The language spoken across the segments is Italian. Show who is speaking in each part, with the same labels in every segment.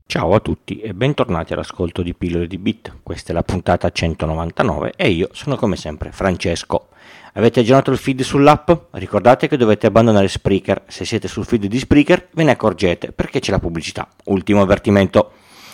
Speaker 1: Ciao a tutti e bentornati all'ascolto di Pillole di Bit. Questa è la puntata 199 e io sono come sempre Francesco. Avete aggiornato il feed sull'app? Ricordate che dovete abbandonare Spreaker. Se siete sul feed di Spreaker ve ne accorgete perché c'è la pubblicità. Ultimo avvertimento.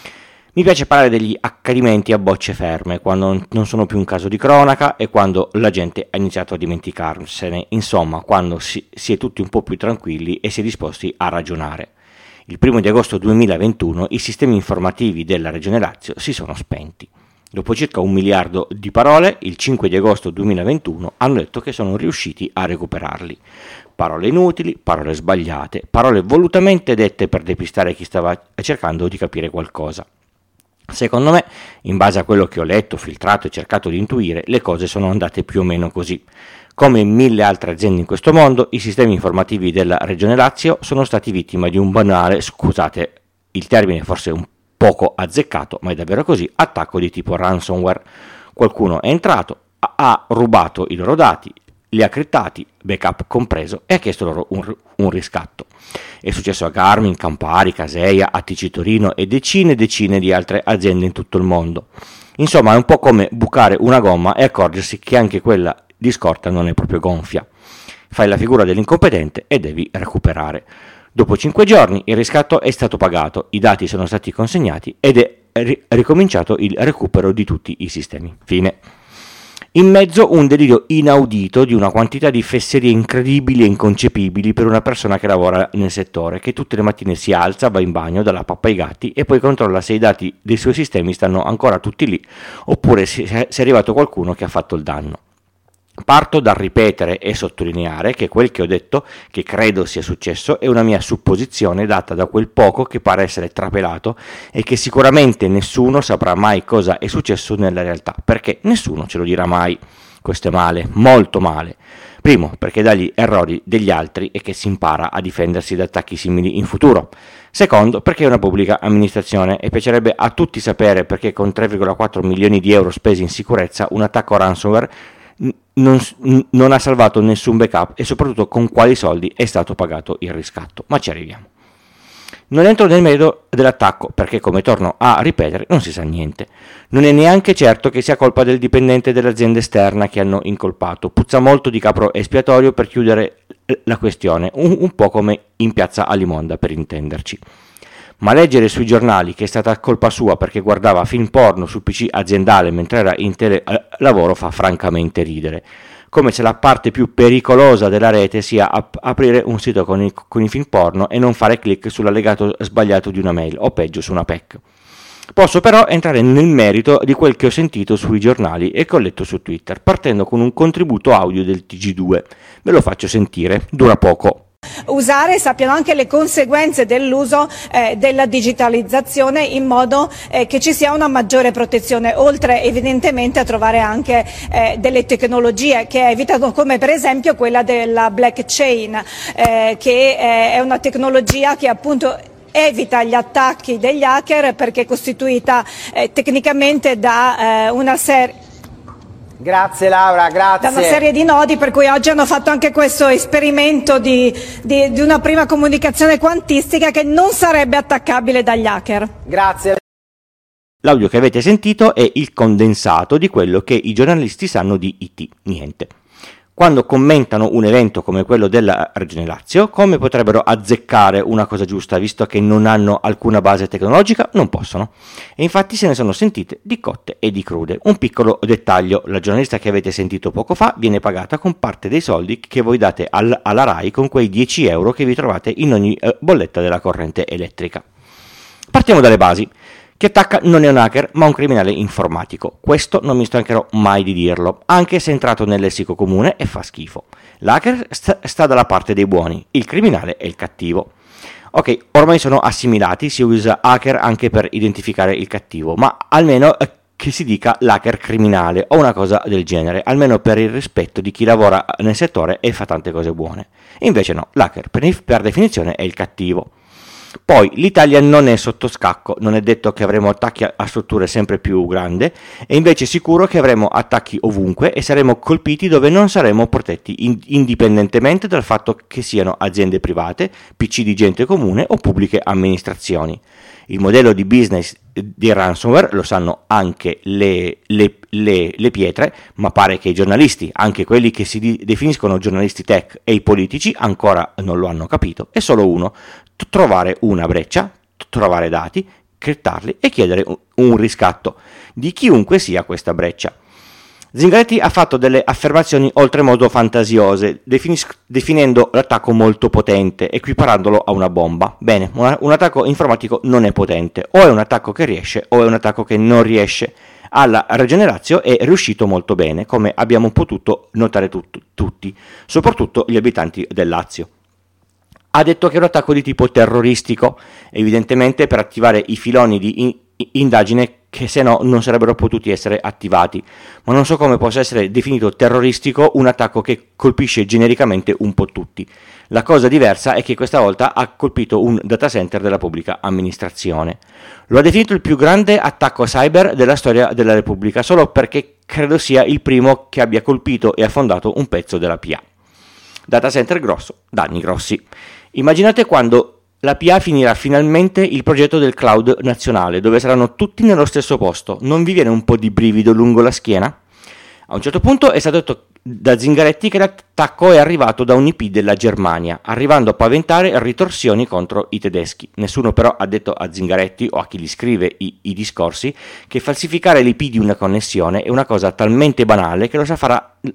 Speaker 1: Mi piace parlare degli accadimenti a bocce ferme, quando non sono più un caso di cronaca e quando la gente ha iniziato a dimenticarsene, insomma quando si è tutti un po' più tranquilli e si è disposti a ragionare. Il 1 di agosto 2021 i sistemi informativi della Regione Lazio si sono spenti. Dopo circa 1 miliardo di parole, il 5 di agosto 2021 hanno detto che sono riusciti a recuperarli. Parole inutili, parole sbagliate, parole volutamente dette per depistare chi stava cercando di capire qualcosa. Secondo me, in base a quello che ho letto, filtrato e cercato di intuire, le cose sono andate più o meno così. Come in 1000 altre aziende in questo mondo, i sistemi informativi della Regione Lazio sono stati vittima di un banale, scusate il termine forse un poco azzeccato, ma è davvero così, attacco di tipo ransomware. Qualcuno è entrato, ha rubato i loro dati, li ha criptati, backup compreso, e ha chiesto loro un riscatto. È successo a Garmin, Campari, Caseia, ATC Torino e decine di altre aziende in tutto il mondo. Insomma, è un po' come bucare una gomma e accorgersi che anche quella di scorta non è proprio gonfia. Fai la figura dell'incompetente e devi recuperare. Dopo 5 giorni il riscatto è stato pagato, i dati sono stati consegnati ed è ricominciato il recupero di tutti i sistemi. Fine. In mezzo un delirio inaudito di una quantità di fesserie incredibili e inconcepibili per una persona che lavora nel settore, che tutte le mattine si alza, va in bagno, dà la pappa ai gatti e poi controlla se i dati dei suoi sistemi stanno ancora tutti lì oppure se è arrivato qualcuno che ha fatto il danno. Parto dal ripetere e sottolineare che quel che ho detto, che credo sia successo, è una mia supposizione data da quel poco che pare essere trapelato e che sicuramente nessuno saprà mai cosa è successo nella realtà, perché nessuno ce lo dirà mai. Questo è male, molto male. Primo, perché dagli errori degli altri è che si impara a difendersi da attacchi simili in futuro. Secondo, perché è una pubblica amministrazione e piacerebbe a tutti sapere perché con 3,4 milioni di euro spesi in sicurezza un attacco ransomware non ha salvato nessun backup e soprattutto con quali soldi è stato pagato il riscatto, ma ci arriviamo. Non entro nel merito dell'attacco perché, come torno a ripetere, non si sa niente. Non è neanche certo che sia colpa del dipendente dell'azienda esterna che hanno incolpato. Puzza molto di capro espiatorio per chiudere la questione, un po' come in piazza Alimonda per intenderci. Ma leggere sui giornali che è stata colpa sua perché guardava film porno sul PC aziendale mentre era in telelavoro fa francamente ridere, come se la parte più pericolosa della rete sia aprire un sito con i film porno e non fare click sull'allegato sbagliato di una mail o peggio su una PEC. Posso però entrare nel merito di quel che ho sentito sui giornali e che ho letto su Twitter, partendo con un contributo audio del TG2. Ve lo faccio sentire, dura poco.
Speaker 2: Usare, sappiano anche le conseguenze dell'uso della digitalizzazione in modo che ci sia una maggiore protezione, oltre evidentemente a trovare anche delle tecnologie che evitano, come per esempio quella della blockchain, che è una tecnologia che appunto evita gli attacchi degli hacker perché è costituita tecnicamente da una serie.
Speaker 3: Grazie Laura, grazie.
Speaker 2: Da una serie di nodi, per cui oggi hanno fatto anche questo esperimento di una prima comunicazione quantistica che non sarebbe attaccabile dagli hacker.
Speaker 3: Grazie.
Speaker 1: L'audio che avete sentito è il condensato di quello che i giornalisti sanno di IT, niente. Quando commentano un evento come quello della Regione Lazio, come potrebbero azzeccare una cosa giusta visto che non hanno alcuna base tecnologica? Non possono. E infatti se ne sono sentite di cotte e di crude. Un piccolo dettaglio, la giornalista che avete sentito poco fa viene pagata con parte dei soldi che voi date alla RAI con quei 10 euro che vi trovate in ogni bolletta della corrente elettrica. Partiamo dalle basi. Chi attacca non è un hacker, ma un criminale informatico. Questo non mi stancherò mai di dirlo, anche se è entrato nel lessico comune e fa schifo. L'hacker sta dalla parte dei buoni, il criminale è il cattivo. Ok, ormai sono assimilati, si usa hacker anche per identificare il cattivo, ma almeno che si dica l'hacker criminale o una cosa del genere, almeno per il rispetto di chi lavora nel settore e fa tante cose buone. Invece no, l'hacker per definizione è il cattivo. Poi l'Italia non è sotto scacco, non è detto che avremo attacchi a strutture sempre più grandi, e invece è sicuro che avremo attacchi ovunque e saremo colpiti dove non saremo protetti, indipendentemente dal fatto che siano aziende private, PC di gente comune o pubbliche amministrazioni. Il modello di business di ransomware lo sanno anche le pietre, ma pare che i giornalisti, anche quelli che si definiscono giornalisti tech, e i politici ancora non lo hanno capito. È solo uno: trovare una breccia, trovare dati, criptarli e chiedere un riscatto di chiunque sia questa breccia. Zingaretti ha fatto delle affermazioni oltremodo fantasiose, definendo l'attacco molto potente, equiparandolo a una bomba. Bene, un attacco informatico non è potente, o è un attacco che riesce o è un attacco che non riesce. Alla Regeneratio è riuscito molto bene, come abbiamo potuto notare tutti, soprattutto gli abitanti del Lazio. Ha detto che è un attacco di tipo terroristico, evidentemente per attivare i filoni di indagine che se no non sarebbero potuti essere attivati, ma non so come possa essere definito terroristico un attacco che colpisce genericamente un po' tutti. La cosa diversa è che questa volta ha colpito un data center della pubblica amministrazione. Lo ha definito il più grande attacco cyber della storia della Repubblica, solo perché credo sia il primo che abbia colpito e affondato un pezzo della PA. Data center grosso, danni grossi. Immaginate quando la PA finirà finalmente il progetto del cloud nazionale, dove saranno tutti nello stesso posto. Non vi viene un po' di brivido lungo la schiena? A un certo punto è stato detto da Zingaretti che l'attacco è arrivato da un IP della Germania, arrivando a paventare ritorsioni contro i tedeschi. Nessuno però ha detto a Zingaretti o a chi gli scrive i discorsi che falsificare l'IP di una connessione è una cosa talmente banale che lo sa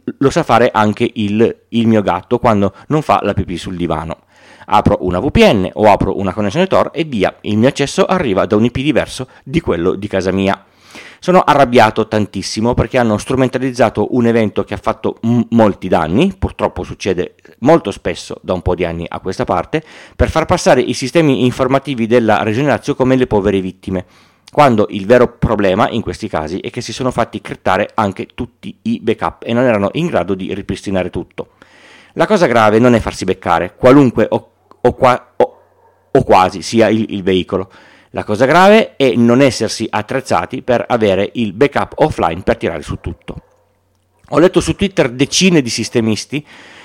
Speaker 1: fare anche il mio gatto quando non fa la pipì sul divano. Apro una VPN o apro una connessione Tor e via, il mio accesso arriva da un IP diverso di quello di casa mia. Sono arrabbiato tantissimo perché hanno strumentalizzato un evento che ha fatto molti danni, purtroppo succede molto spesso da un po' di anni a questa parte, per far passare i sistemi informativi della Regione Lazio come le povere vittime, quando il vero problema in questi casi è che si sono fatti criptare anche tutti i backup e non erano in grado di ripristinare tutto. La cosa grave non è farsi beccare, qualunque o quasi sia il veicolo. La cosa grave è non essersi attrezzati per avere il backup offline per tirare su tutto. Ho letto su Twitter decine di sistemisti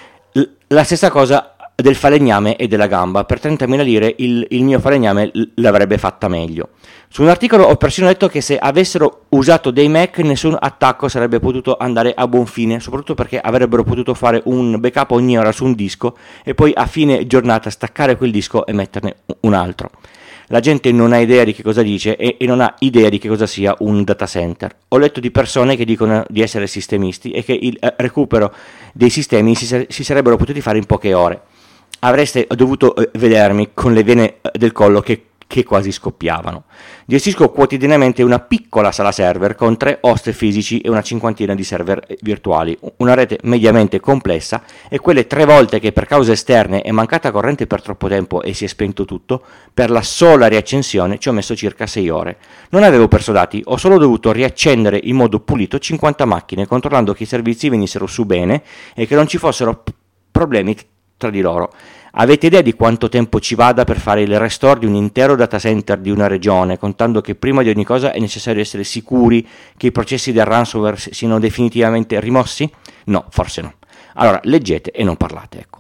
Speaker 1: la stessa cosa del falegname e della gamba. Per 30.000 lire il mio falegname l'avrebbe fatta meglio. Su un articolo ho persino detto che se avessero usato dei Mac nessun attacco sarebbe potuto andare a buon fine, soprattutto perché avrebbero potuto fare un backup ogni ora su un disco e poi a fine giornata staccare quel disco e metterne un altro. La gente non ha idea di che cosa dice e non ha idea di che cosa sia un data center. Ho letto di persone che dicono di essere sistemisti e che il recupero dei sistemi si sarebbero potuti fare in poche ore. Avreste dovuto vedermi con le vene del collo che quasi scoppiavano. Gestisco quotidianamente una piccola sala server con 3 host fisici e una cinquantina di server virtuali, una rete mediamente complessa, e quelle 3 volte che per cause esterne è mancata corrente per troppo tempo e si è spento tutto, per la sola riaccensione ci ho messo circa 6 ore. Non avevo perso dati, ho solo dovuto riaccendere in modo pulito 50 macchine, controllando che i servizi venissero su bene e che non ci fossero problemi tra di loro. Avete idea di quanto tempo ci vada per fare il restore di un intero data center di una regione, contando che prima di ogni cosa è necessario essere sicuri che i processi del ransomware siano definitivamente rimossi? No, forse no. Allora leggete e non parlate, ecco.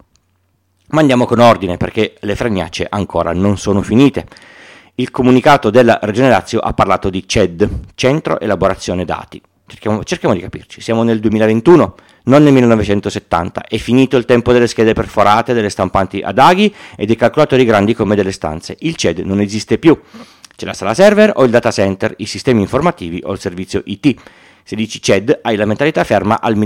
Speaker 1: Ma andiamo con ordine, perché le fregnacce ancora non sono finite. Il comunicato della Regione Lazio ha parlato di CED, Centro Elaborazione Dati. Cerchiamo di capirci, siamo nel 2021, non nel 1970, è finito il tempo delle schede perforate, delle stampanti ad aghi e dei calcolatori grandi come delle stanze. Il CED non esiste più, c'è la sala server o il data center, i sistemi informativi o il servizio IT. Se dici CED hai la mentalità ferma al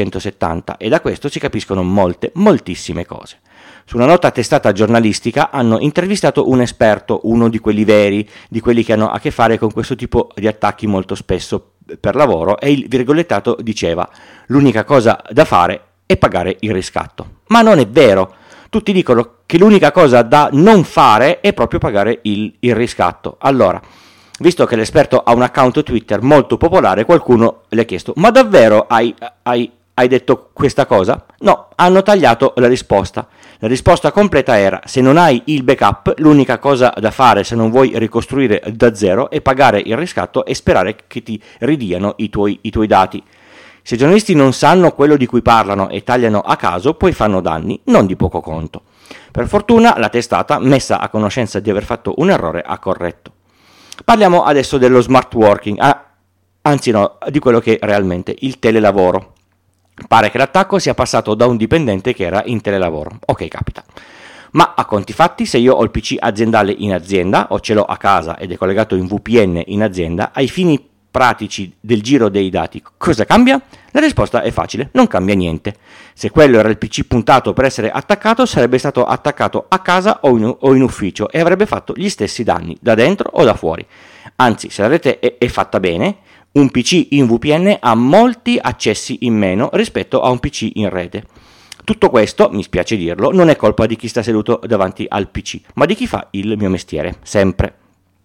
Speaker 1: 1970 e da questo si capiscono moltissime cose. Su una nota testata giornalistica hanno intervistato un esperto, uno di quelli veri, di quelli che hanno a che fare con questo tipo di attacchi molto spesso per lavoro, e il virgolettato diceva: l'unica cosa da fare è pagare il riscatto. Ma non è vero, tutti dicono che l'unica cosa da non fare è proprio pagare il riscatto. Allora, visto che l'esperto ha un account Twitter molto popolare, qualcuno le ha chiesto: ma davvero hai hai detto questa cosa? No, hanno tagliato la risposta. La risposta completa era: se non hai il backup, l'unica cosa da fare se non vuoi ricostruire da zero è pagare il riscatto e sperare che ti ridiano i tuoi dati. Se i giornalisti non sanno quello di cui parlano e tagliano a caso, poi fanno danni non di poco conto. Per fortuna la testata, messa a conoscenza di aver fatto un errore, ha corretto. Parliamo adesso dello smart working, anzi no, di quello che è realmente il telelavoro. Pare che l'attacco sia passato da un dipendente che era in telelavoro. Ok, capita. Ma a conti fatti, se io ho il PC aziendale in azienda o ce l'ho a casa ed è collegato in VPN in azienda, ai fini pratici del giro dei dati, cosa cambia? La risposta è facile, non cambia niente. Se quello era il PC puntato per essere attaccato, sarebbe stato attaccato a casa o in ufficio e avrebbe fatto gli stessi danni, da dentro o da fuori. Anzi, se la rete è fatta bene, un PC in VPN ha molti accessi in meno rispetto a un PC in rete. Tutto questo, mi spiace dirlo, non è colpa di chi sta seduto davanti al PC, ma di chi fa il mio mestiere, sempre.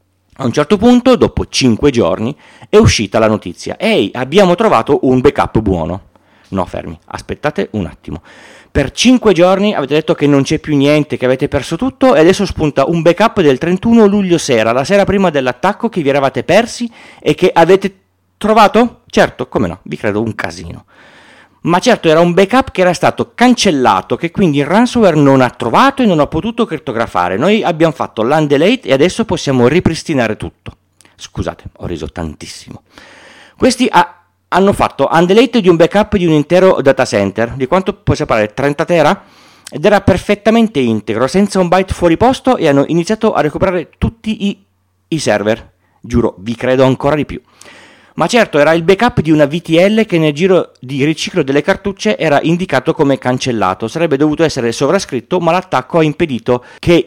Speaker 1: A un certo punto, dopo 5 giorni, è uscita la notizia: ehi, abbiamo trovato un backup buono. No, fermi, aspettate un attimo. Per 5 giorni avete detto che non c'è più niente, che avete perso tutto, e adesso spunta un backup del 31 luglio sera, la sera prima dell'attacco, che vi eravate persi e che avete trovato? Certo, come no, vi credo un casino. Ma certo, era un backup che era stato cancellato, che quindi il ransomware non ha trovato e non ha potuto crittografare. Noi abbiamo fatto l'undelete e adesso possiamo ripristinare tutto. Scusate, ho riso tantissimo. Questi hanno fatto undelete di un backup di un intero data center. Di quanto possiamo parlare? 30 tera? Ed era perfettamente integro, senza un byte fuori posto, e hanno iniziato a recuperare tutti i server. Giuro, vi credo ancora di più. Ma certo, era il backup di una VTL che nel giro di riciclo delle cartucce era indicato come cancellato. Sarebbe dovuto essere sovrascritto, ma l'attacco ha impedito che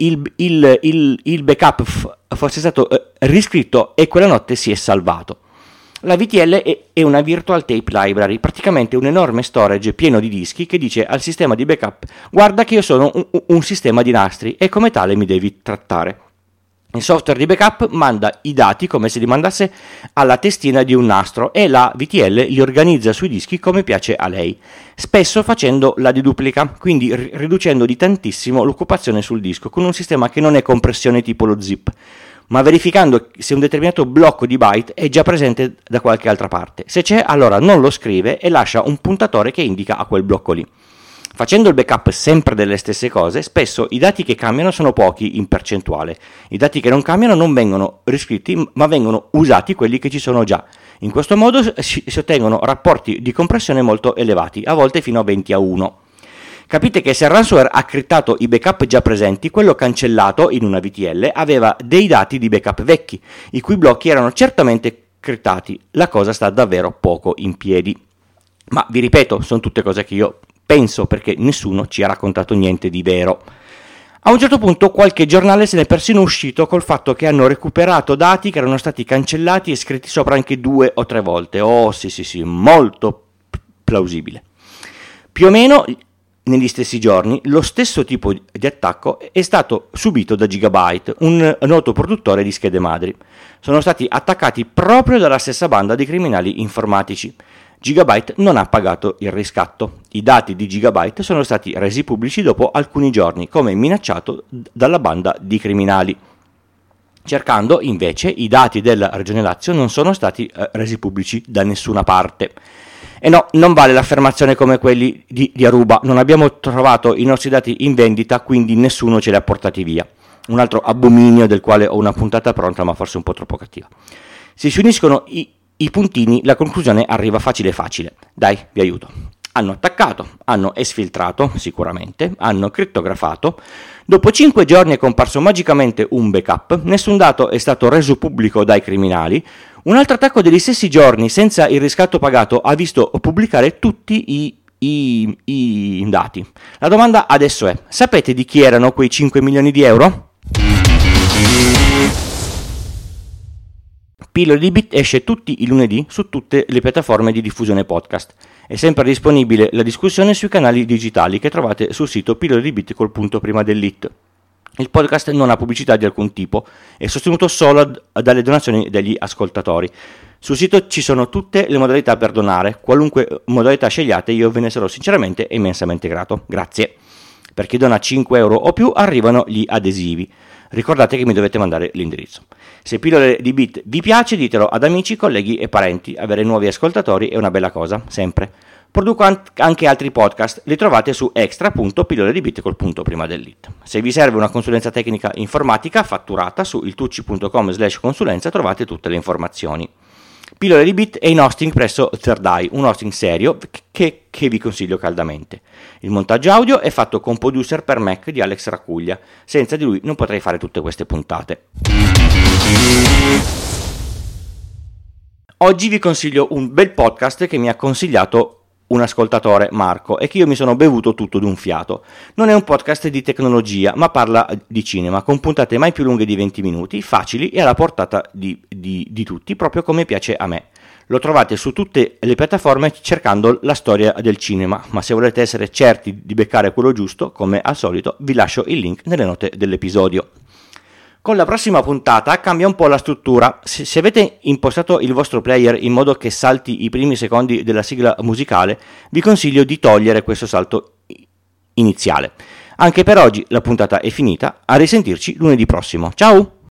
Speaker 1: il backup fosse stato riscritto e quella notte si è salvato. La VTL è una Virtual Tape Library, praticamente un enorme storage pieno di dischi che dice al sistema di backup: guarda che io sono un sistema di nastri e come tale mi devi trattare. Il software di backup manda i dati come se li mandasse alla testina di un nastro e la VTL li organizza sui dischi come piace a lei, spesso facendo la deduplica, quindi riducendo di tantissimo l'occupazione sul disco, con un sistema che non è compressione tipo lo zip, ma verificando se un determinato blocco di byte è già presente da qualche altra parte. Se c'è, allora non lo scrive e lascia un puntatore che indica a quel blocco lì. Facendo il backup sempre delle stesse cose, spesso i dati che cambiano sono pochi in percentuale. I dati che non cambiano non vengono riscritti, ma vengono usati quelli che ci sono già. In questo modo si ottengono rapporti di compressione molto elevati, a volte fino a 20:1. Capite che se il ransomware ha criptato i backup già presenti, quello cancellato in una VTL aveva dei dati di backup vecchi, i cui blocchi erano certamente criptati. La cosa sta davvero poco in piedi. Ma vi ripeto, sono tutte cose che io penso, perché nessuno ci ha raccontato niente di vero. A un certo punto qualche giornale se n'è persino uscito col fatto che hanno recuperato dati che erano stati cancellati e scritti sopra anche 2 o 3 volte. Oh sì, molto plausibile. Più o meno negli stessi giorni lo stesso tipo di attacco è stato subito da Gigabyte, un noto produttore di schede madri. Sono stati attaccati proprio dalla stessa banda di criminali informatici. Gigabyte non ha pagato il riscatto. I dati di Gigabyte sono stati resi pubblici dopo alcuni giorni, come minacciato dalla banda di criminali. Cercando, invece, i dati della Regione Lazio non sono stati resi pubblici da nessuna parte. E no, non vale l'affermazione come quelli di Aruba: non abbiamo trovato i nostri dati in vendita, quindi nessuno ce li ha portati via. Un altro abominio del quale ho una puntata pronta, ma forse un po' troppo cattiva. Se si uniscono i puntini, la conclusione arriva facile. Dai, vi aiuto. Hanno attaccato, hanno esfiltrato, sicuramente, hanno crittografato. Dopo 5 giorni è comparso magicamente un backup, nessun dato è stato reso pubblico dai criminali. Un altro attacco degli stessi giorni, senza il riscatto pagato, ha visto pubblicare tutti i dati. La domanda adesso è: sapete di chi erano quei 5 milioni di euro? Pillole di Bit esce tutti i lunedì su tutte le piattaforme di diffusione podcast. È sempre disponibile la discussione sui canali digitali che trovate sul sito pillole di Bit col punto prima dell'it. Il podcast non ha pubblicità di alcun tipo, è sostenuto solo dalle donazioni degli ascoltatori. Sul sito ci sono tutte le modalità per donare, qualunque modalità scegliate io ve ne sarò sinceramente e immensamente grato. Grazie. Per chi dona 5 euro o più arrivano gli adesivi. Ricordate che mi dovete mandare l'indirizzo. Se Pillole di Bit vi piace, ditelo ad amici, colleghi e parenti. Avere nuovi ascoltatori è una bella cosa, sempre. Produco anche altri podcast, li trovate su extra.pilloledibit col punto prima dell'it. Se vi serve una consulenza tecnica informatica fatturata su iltucci.com/consulenza trovate tutte le informazioni. Pillole di Bit è in hosting presso Third Eye, un hosting serio che vi consiglio caldamente. Il montaggio audio è fatto con Producer per Mac di Alex Raccuglia. Senza di lui non potrei fare tutte queste puntate. Oggi vi consiglio un bel podcast che mi ha consigliato un ascoltatore, Marco, e che io mi sono bevuto tutto d'un fiato. Non è un podcast di tecnologia, ma parla di cinema, con puntate mai più lunghe di 20 minuti, facili e alla portata di tutti, proprio come piace a me. Lo trovate su tutte le piattaforme cercando la storia del cinema, ma se volete essere certi di beccare quello giusto, come al solito, vi lascio il link nelle note dell'episodio. Con la prossima puntata cambia un po' la struttura. Se avete impostato il vostro player in modo che salti i primi secondi della sigla musicale, vi consiglio di togliere questo salto iniziale. Anche per oggi la puntata è finita, a risentirci lunedì prossimo. Ciao!